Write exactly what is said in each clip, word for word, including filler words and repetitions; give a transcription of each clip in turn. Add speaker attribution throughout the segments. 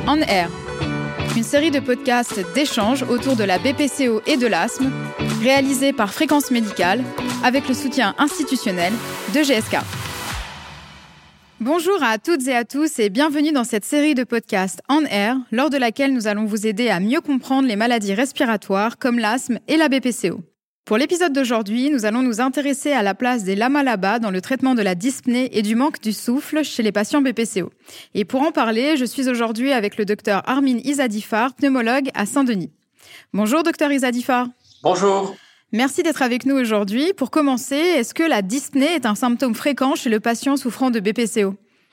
Speaker 1: On Air, une série de podcasts d'échanges autour de la B P C O et de l'asthme, réalisée par Fréquence Médicale, avec le soutien institutionnel de G S K. Bonjour à toutes et à tous et bienvenue dans cette série de podcasts On Air, lors de laquelle nous allons vous aider à mieux comprendre les maladies respiratoires comme l'asthme et la B P C O. Pour l'épisode d'aujourd'hui, nous allons nous intéresser à la place des LAMA-LABA dans le traitement de la dyspnée et du manque du souffle chez les patients B P C O. Et pour en parler, je suis aujourd'hui avec le docteur Armin Isadifar, pneumologue à Saint-Denis. Bonjour docteur Isadifar.
Speaker 2: Bonjour.
Speaker 1: Merci d'être avec nous aujourd'hui. Pour commencer, est-ce que la dyspnée est un symptôme fréquent chez le patient souffrant de B P C O ?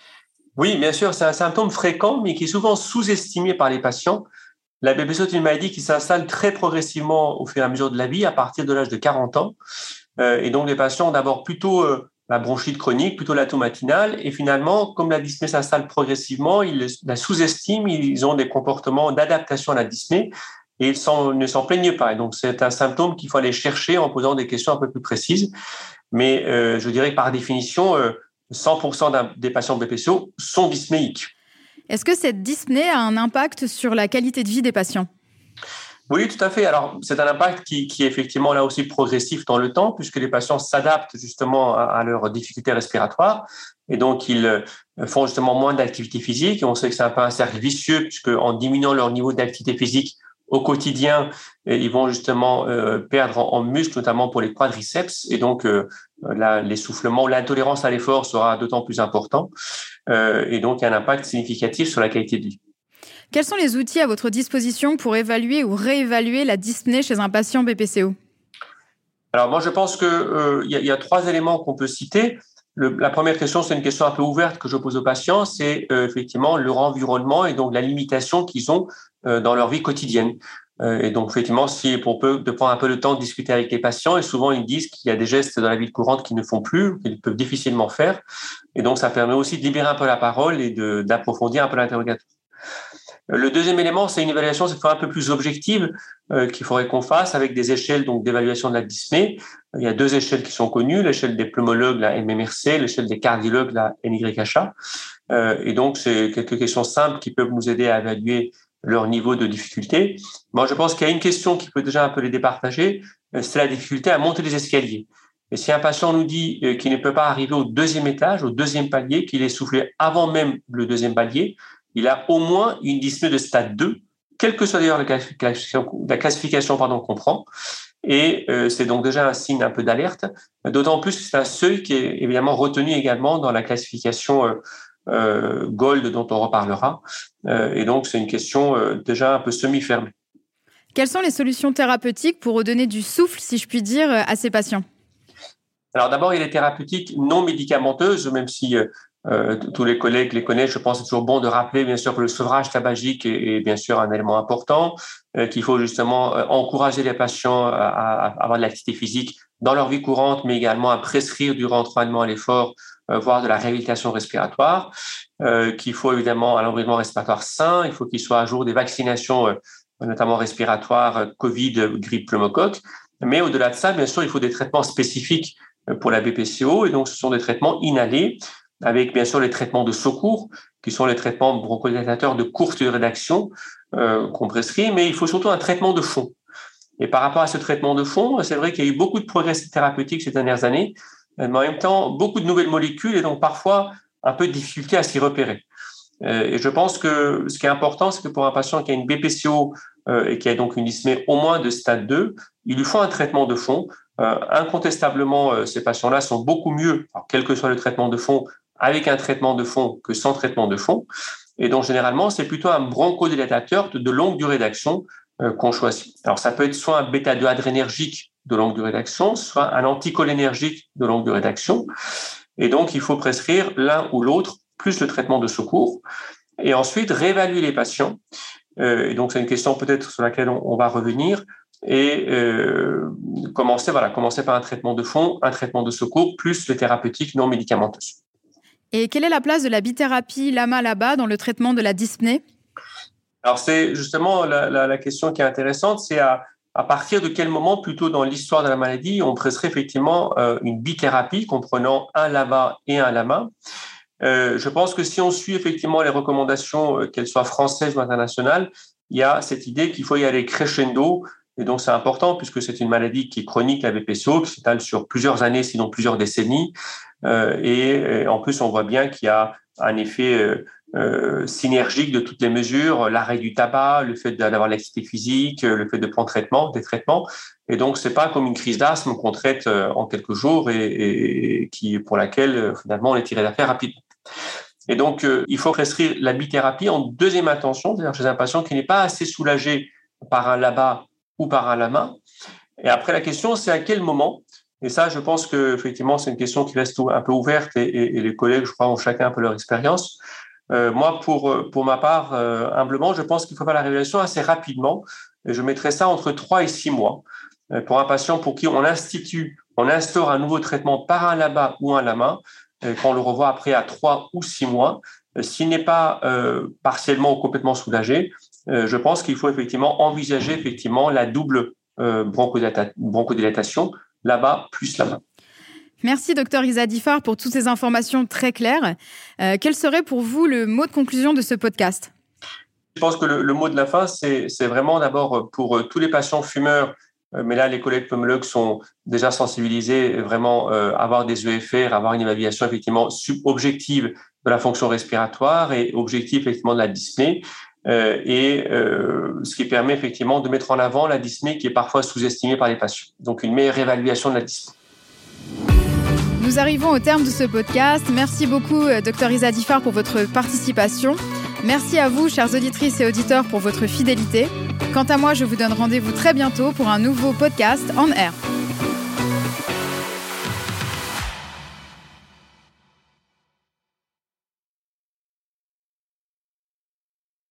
Speaker 2: Oui, bien sûr, c'est un symptôme fréquent, mais qui est souvent sous-estimé par les patients. La B P C O est une maladie qui s'installe très progressivement au fur et à mesure de la vie, à partir de l'âge de quarante ans. Euh, et donc, les patients ont d'abord plutôt euh, la bronchite chronique, plutôt la toux matinale. Et finalement, comme la dyspnée s'installe progressivement, ils la sous-estiment, ils ont des comportements d'adaptation à la dyspnée et ils s'en, ne s'en plaignent pas. Et donc, c'est un symptôme qu'il faut aller chercher en posant des questions un peu plus précises. Mais euh, je dirais que par définition, euh, cent pour cent des patients B P C O sont dyspnéiques.
Speaker 1: Est-ce que cette dyspnée a un impact sur la qualité de vie des patients ?
Speaker 2: Oui, tout à fait. Alors, c'est un impact qui, qui est effectivement là aussi progressif dans le temps, puisque les patients s'adaptent justement à, à leurs difficultés respiratoires. Et donc, ils font justement moins d'activité physique. Et on sait que c'est un peu un cercle vicieux, puisque en diminuant leur niveau d'activité physique au quotidien, ils vont justement euh, perdre en, en muscle, notamment pour les quadriceps. Et donc, euh, là, l'essoufflement, l'intolérance à l'effort sera d'autant plus important. Euh, et donc, il y a un impact significatif sur la qualité de vie.
Speaker 1: Quels sont les outils à votre disposition pour évaluer ou réévaluer la dyspnée chez un patient B P C O ?
Speaker 2: Alors, moi, je pense qu'il euh, y, y a trois éléments qu'on peut citer. Le, la première question, c'est une question un peu ouverte que je pose aux patients, c'est euh, effectivement leur environnement et donc la limitation qu'ils ont euh, dans leur vie quotidienne. Euh, et donc, effectivement, si pour peu de prendre un peu le temps de discuter avec les patients, et souvent ils disent qu'il y a des gestes dans la vie courante qu'ils ne font plus, qu'ils peuvent difficilement faire. Et donc, ça permet aussi de libérer un peu la parole et de, d'approfondir un peu l'interrogatoire. Le deuxième élément, c'est une évaluation cette fois un peu plus objective euh, qu'il faudrait qu'on fasse avec des échelles donc d'évaluation de la dyspnée. Il y a deux échelles qui sont connues, l'échelle des pneumologues, la M M R C, l'échelle des cardiologues, la N Y H A. Euh, et donc, c'est quelques questions simples qui peuvent nous aider à évaluer leur niveau de difficulté. Moi, je pense qu'il y a une question qui peut déjà un peu les départager, euh, c'est la difficulté à monter les escaliers. Et si un patient nous dit euh, qu'il ne peut pas arriver au deuxième étage, au deuxième palier, qu'il est soufflé avant même le deuxième palier, il a au moins une dyspnée de stade deux, quelle que soit d'ailleurs la classification, la classification pardon, qu'on prend. Et euh, c'est donc déjà un signe un peu d'alerte, d'autant plus que c'est un seuil qui est évidemment retenu également dans la classification euh, euh, Gold dont on reparlera. Euh, et donc, c'est une question euh, déjà un peu semi-fermée.
Speaker 1: Quelles sont les solutions thérapeutiques pour redonner du souffle, si je puis dire, à ces patients ?
Speaker 2: Alors d'abord, il y a les thérapeutiques non médicamenteuses, même si... Euh, Euh, tous les collègues les connaissent. Je pense que c'est toujours bon de rappeler, bien sûr, que le sevrage tabagique est, est bien sûr un élément important, euh, qu'il faut justement euh, encourager les patients à, à, à avoir de l'activité physique dans leur vie courante, mais également à prescrire du rentraînement à l'effort, euh, voire de la réhabilitation respiratoire, euh, qu'il faut évidemment un environnement respiratoire sain, il faut qu'il soit à jour des vaccinations, euh, notamment respiratoires, euh, Covid, grippe, pneumocoque. Mais au-delà de ça, bien sûr, il faut des traitements spécifiques pour la B P C O, et donc ce sont des traitements inhalés, avec bien sûr les traitements de secours, qui sont les traitements bronchodilatateurs de courte durée d'action euh, qu'on prescrit, mais il faut surtout un traitement de fond. Et par rapport à ce traitement de fond, c'est vrai qu'il y a eu beaucoup de progrès thérapeutiques ces dernières années, mais en même temps, beaucoup de nouvelles molécules et donc parfois un peu de difficulté à s'y repérer. Euh, et je pense que ce qui est important, c'est que pour un patient qui a une B P C O euh, et qui a donc une dyspnée au moins de stade deux, il lui faut un traitement de fond. Euh, incontestablement, euh, ces patients-là sont beaucoup mieux, alors, quel que soit le traitement de fond, avec un traitement de fond que sans traitement de fond. Et donc, généralement, c'est plutôt un bronchodilatateur de longue durée d'action euh, qu'on choisit. Alors, ça peut être soit un bêta deux adrénergique de longue durée d'action, soit un anticholinergique de longue durée d'action. Et donc, il faut prescrire l'un ou l'autre, plus le traitement de secours. Et ensuite, réévaluer les patients. Euh, et donc, c'est une question peut-être sur laquelle on, on va revenir. Et euh, commencer, voilà, commencer par un traitement de fond, un traitement de secours, plus les thérapeutiques non médicamenteuses.
Speaker 1: Et quelle est la place de la bithérapie LAMA-LABA dans le traitement de la dyspnée ?
Speaker 2: Alors, c'est justement la, la, la question qui est intéressante, c'est à, à partir de quel moment, plutôt dans l'histoire de la maladie, on presserait effectivement euh, une bithérapie comprenant un LABA et un LAMA. Euh, je pense que si on suit effectivement les recommandations, euh, qu'elles soient françaises ou internationales, il y a cette idée qu'il faut y aller crescendo. Et donc, c'est important puisque c'est une maladie qui est chronique, la B P C O, qui s'étale sur plusieurs années, sinon plusieurs décennies. Euh, et, et en plus, on voit bien qu'il y a un effet euh, euh, synergique de toutes les mesures, l'arrêt du tabac, le fait d'avoir l'activité physique, le fait de prendre traitement, des traitements. Et donc, c'est pas comme une crise d'asthme qu'on traite en quelques jours et, et, et qui, pour laquelle, finalement, on est tiré d'affaire rapidement. Et donc, euh, il faut prescrire la bithérapie en deuxième intention, c'est-à-dire chez un patient qui n'est pas assez soulagé par un L A B A ou par un L A M A. Et après, la question, c'est à quel moment. Et ça, je pense que effectivement, c'est une question qui reste un peu ouverte et, et, et les collègues, je crois, ont chacun un peu leur expérience. Euh, moi, pour pour ma part, euh, humblement, je pense qu'il faut faire la révélation assez rapidement. Et je mettrais ça entre trois et six mois euh, pour un patient pour qui on institue, on instaure un nouveau traitement par un L A B A ou un L A M A. Quand on le revoit après à trois ou six mois, s'il n'est pas euh, partiellement ou complètement soulagé, euh, je pense qu'il faut effectivement envisager effectivement la double euh, bronchodilata- bronchodilatation, L A B A plus L A M A.
Speaker 1: Merci, docteur Issa Diffart, pour toutes ces informations très claires. Euh, quel serait pour vous le mot de conclusion de ce podcast ?
Speaker 2: Je pense que le, le mot de la fin, c'est, c'est vraiment d'abord pour tous les patients fumeurs, mais là, les collègues pneumologues sont déjà sensibilisés, vraiment euh, avoir des E F R, avoir une évaluation effectivement objective de la fonction respiratoire et objective effectivement de la dyspnée, euh, et euh, ce qui permet effectivement de mettre en avant la dyspnée qui est parfois sous-estimée par les patients. Donc, une meilleure évaluation de la dyspnée.
Speaker 1: Nous arrivons au terme de ce podcast. Merci beaucoup, docteur Issa Diffart, pour votre participation. Merci à vous, chères auditrices et auditeurs, pour votre fidélité. Quant à moi, je vous donne rendez-vous très bientôt pour un nouveau podcast On Air.